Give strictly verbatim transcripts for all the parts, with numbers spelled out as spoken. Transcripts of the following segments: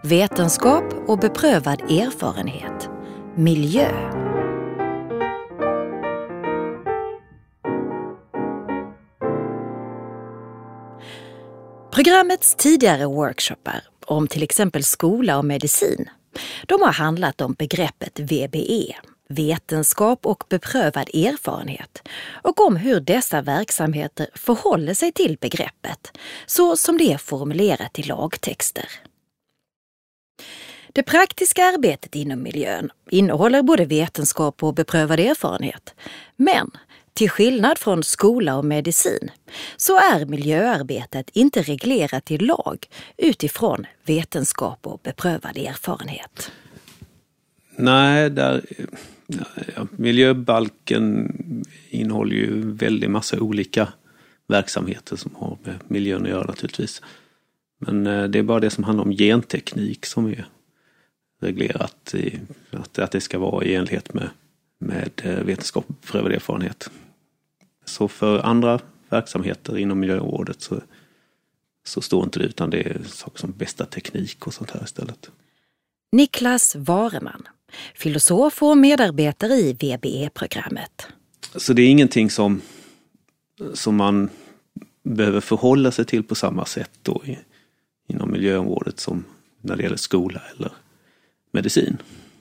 Vetenskap och beprövad erfarenhet. Miljö. Programmets tidigare workshoppar om till exempel skola och medicin, de har handlat om begreppet V B E, vetenskap och beprövad erfarenhet, och om hur dessa verksamheter förhåller sig till begreppet, så som det är formulerat i lagtexter. Det praktiska arbetet inom miljön innehåller både vetenskap och beprövad erfarenhet, men till skillnad från skola och medicin så är miljöarbetet inte reglerat i lag utifrån vetenskap och beprövad erfarenhet. Nej, där, ja, miljöbalken innehåller ju väldigt massa olika verksamheter som har med miljön att göra naturligtvis. Men det är bara det som handlar om genteknik som är reglerat i, att, att det ska vara i enlighet med, med vetenskap och beprövad erfarenhet. Så för andra verksamheter inom miljöområdet så, så står inte det, utan det är saker som bästa teknik och sånt här istället. Niklas Wareman, filosof och medarbetare i V B E-programmet. Så det är ingenting som, som man behöver förhålla sig till på samma sätt då i, inom miljöområdet som när det gäller skola eller medicin.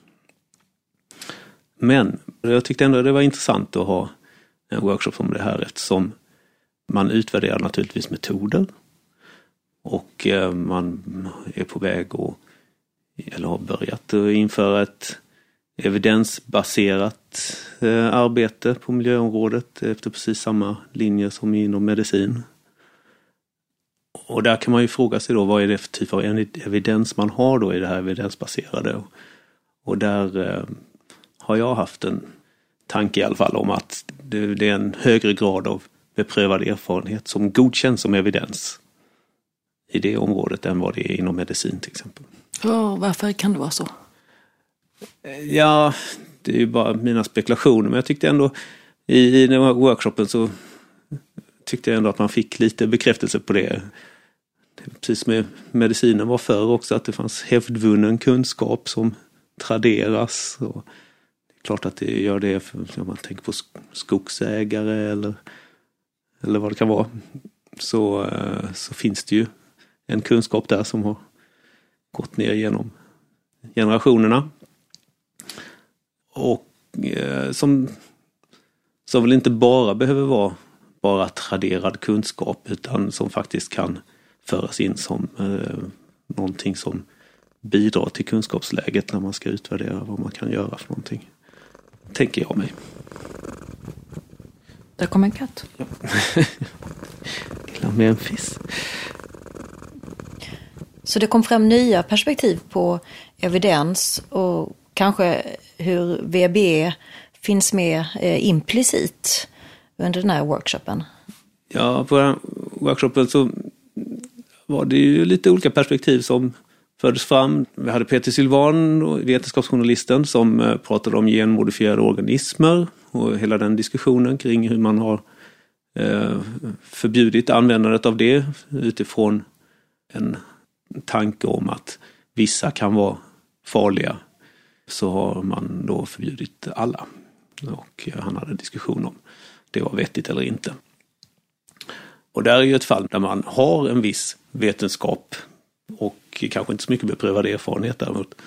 Men jag tyckte ändå det var intressant att ha en workshop om det här, eftersom man utvärderar naturligtvis metoder och man är på väg att, eller har börjat att införa ett evidensbaserat arbete på miljöområdet efter precis samma linje som inom medicin. Och där kan man ju fråga sig då, vad är det för typ av evidens man har då i det här evidensbaserade. Och där har jag haft en tanke i alla fall om att det, det är en högre grad av beprövad erfarenhet som godkänns som evidens i det området än vad det är inom medicin till exempel. Oh, varför kan det vara så? Ja, det är ju bara mina spekulationer, men jag tyckte ändå i, i den här workshopen så tyckte jag ändå att man fick lite bekräftelse på det. Precis med medicinen var förr också, att det fanns hävdvunnen kunskap som traderas, och klart att det gör det för, om man tänker på skogsägare eller, eller vad det kan vara, så, så finns det ju en kunskap där som har gått ner genom generationerna och eh, som, som väl inte bara behöver vara bara traderad kunskap, utan som faktiskt kan föras in som eh, någonting som bidrar till kunskapsläget när man ska utvärdera vad man kan göra för någonting. Tänker jag mig. Där kommer en katt. Ja. Gillar Memphis. Så det kom fram nya perspektiv på evidens och kanske hur V B E finns med eh, implicit under den här workshopen. Ja, på den här workshopen så var det ju lite olika perspektiv som fördes fram. Vi hade Peter Sylvan, vetenskapsjournalisten, som pratade om genmodifierade organismer och hela den diskussionen kring hur man har eh, förbjudit användandet av det utifrån en tanke om att vissa kan vara farliga, så har man då förbjudit alla. Och han hade en diskussion om det var vettigt eller inte. Och där är ju ett fall där man har en viss vetenskap och kanske inte så mycket beprövad erfarenhet däremot.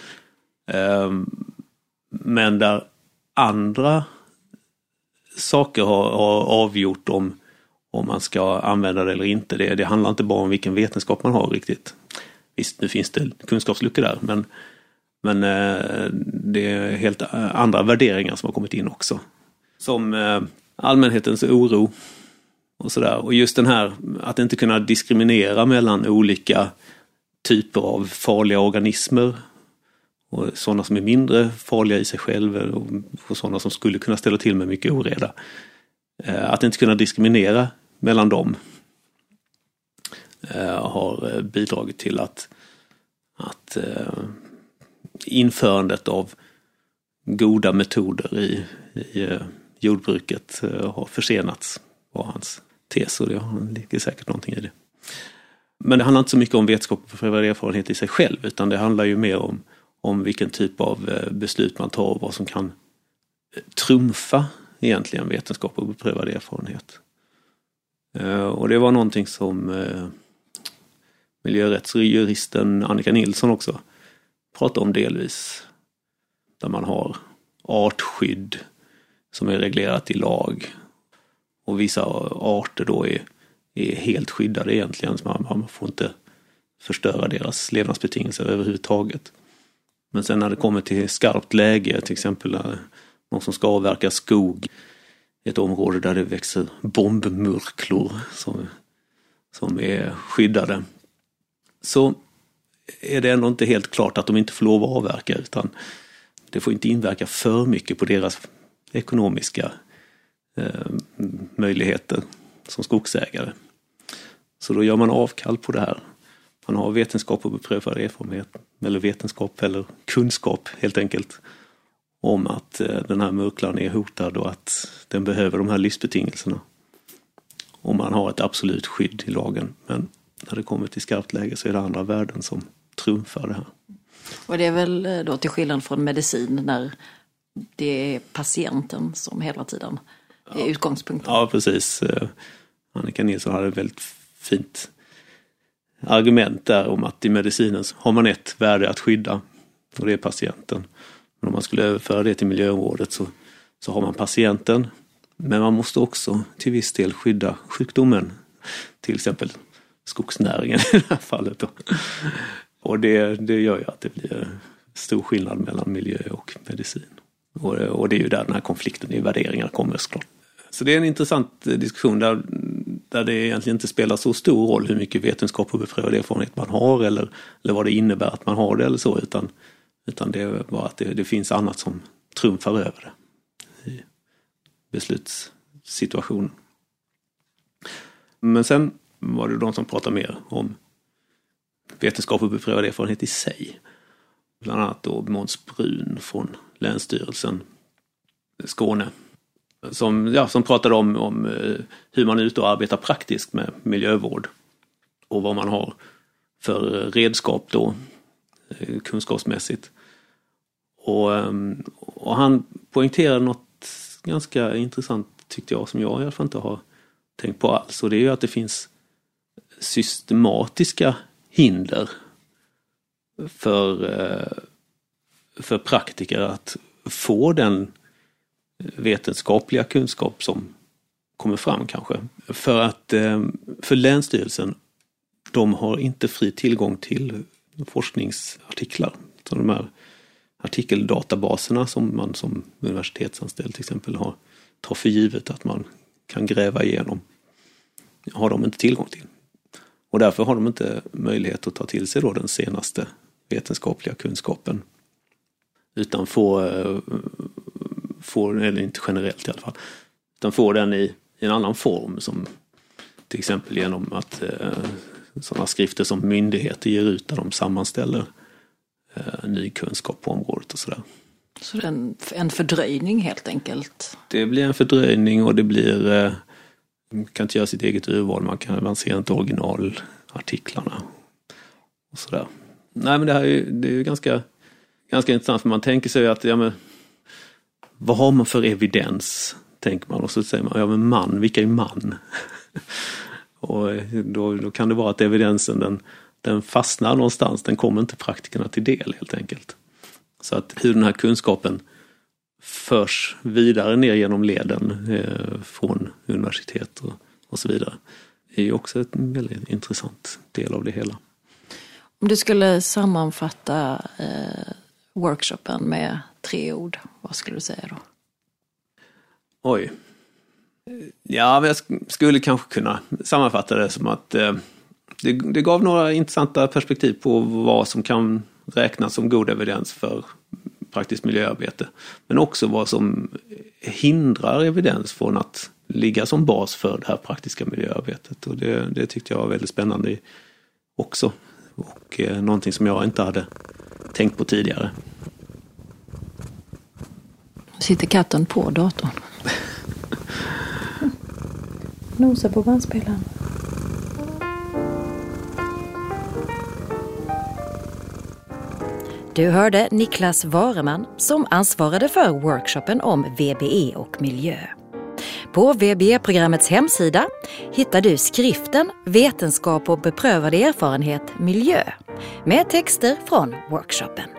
Men där andra saker har, har avgjort om, om man ska använda det eller inte. Det, det handlar inte bara om vilken vetenskap man har riktigt. Visst, nu finns det kunskapsluckor där, men, men det är helt andra värderingar som har kommit in också. Som allmänhetens oro och sådär. Och just den här att inte kunna diskriminera mellan olika typer av farliga organismer och sådana som är mindre farliga i sig själva och, och sådana som skulle kunna ställa till med mycket oreda. Att inte kunna diskriminera mellan dem har bidragit till att, att införandet av goda metoder i, i jordbruket har försenats, var hans tes, och det ligger säkert någonting i det. Men det handlar inte så mycket om vetenskap och beprövad erfarenhet i sig själv, utan det handlar ju mer om, om vilken typ av beslut man tar och vad som kan trumfa egentligen vetenskap och beprövad erfarenhet. Och det var någonting som miljörättsjuristen Annika Nilsson också pratade om delvis. Där man har artskydd som är reglerat i lag. Och vissa arter då är, är helt skyddade egentligen. Så man, man får inte förstöra deras levnadsbetingelser överhuvudtaget. Men sen när det kommer till skarpt läge, till exempel när någon som ska avverka skog i ett område där det växer bombmurklor som, som är skyddade, så är det ändå inte helt klart att de inte får lov att avverka, utan det får inte inverka för mycket på deras ekonomiska eh, möjligheter som skogsägare. Så då gör man avkall på det här. Man har vetenskap och beprövad erfarenhet, eller vetenskap eller kunskap helt enkelt, om att eh, den här murklan är hotad och att den behöver de här livsbetingelserna. Och man har ett absolut skydd i lagen, men när det kommer till skarpt läge så är det andra värden som trumfar det här. Och det är väl då till skillnad från medicin när det är patienten som hela tiden är ja. utgångspunkten. Ja, precis. Annika Nilsson hade ett väldigt fint argument där om att i medicinen har man ett värde att skydda, och det är patienten. Men om man skulle överföra det till miljöområdet så, så har man patienten, men man måste också till viss del skydda sjukdomen. Till exempel skogsnäringen i det här fallet. Då. Och det, det gör ju att det blir stor skillnad mellan miljö och medicin. Och, och det är ju där den här konflikten i värderingar kommer såklart. Så det är en intressant diskussion där, där det egentligen inte spelar så stor roll hur mycket vetenskap och beprövad erfarenhet man har eller, eller vad det innebär att man har det eller så, utan, utan det är bara att det, det finns annat som trumfar över det i beslutssituationen. Men sen var det de som pratade mer om vetenskap och beprövad erfarenhet i sig. Bland annat då Måns Brun från Länsstyrelsen Skåne. Som, ja, som pratade om, om hur man är ute och arbetar praktiskt med miljövård. Och vad man har för redskap då, kunskapsmässigt. Och, och han poängterade något ganska intressant tyckte jag, som jag i alla fall inte har tänkt på alls. Och det är ju att det finns systematiska hinder för, för praktiker att få den vetenskapliga kunskap som kommer fram kanske. För att för Länsstyrelsen, de har inte fri tillgång till forskningsartiklar. Så de här artikeldatabaserna som man som universitetsanställd till exempel har, tar för givet att man kan gräva igenom, har de inte tillgång till. Och därför har de inte möjlighet att ta till sig då den senaste vetenskapliga kunskapen. Utan få, få eller inte generellt i alla fall, utan få den i, i en annan form, som till exempel genom att eh, sådana skrifter som myndigheter ger ut där de sammanställer eh, ny kunskap på området och sådär. Så det är en, en fördröjning helt enkelt? Det blir en fördröjning och det blir... Eh, man kan inte göra sitt eget urval, man, kan, man ser inte originalartiklarna och sådär. Nej, men det här är, det är ju ganska, ganska intressant, för man tänker sig att ja, men, vad har man för evidens, tänker man, och så säger man, ja men man, vilka är man? Och då, då kan det vara att evidensen den, den fastnar någonstans, den kommer inte praktikerna till del helt enkelt. Så att hur den här kunskapen förs vidare ner genom leden eh, från universitet och, och så vidare är ju också en väldigt intressant del av det hela. Om du skulle sammanfatta eh, workshopen med tre ord, vad skulle du säga då? Oj. Ja, jag skulle kanske kunna sammanfatta det som att eh, det, det gav några intressanta perspektiv på vad som kan räknas som god evidens för praktiskt miljöarbete. Men också vad som hindrar evidens från att ligga som bas för det här praktiska miljöarbetet. Och det, det tyckte jag var väldigt spännande också. Och eh, någonting som jag inte hade tänkt på tidigare. Sitter katten på datorn? Nosa på bandspelaren. Du hörde Niklas Wareman som ansvarade för workshopen om V B E och miljö. På V B E-programmets hemsida hittar du skriften Vetenskap och beprövad erfarenhet miljö med texter från workshopen.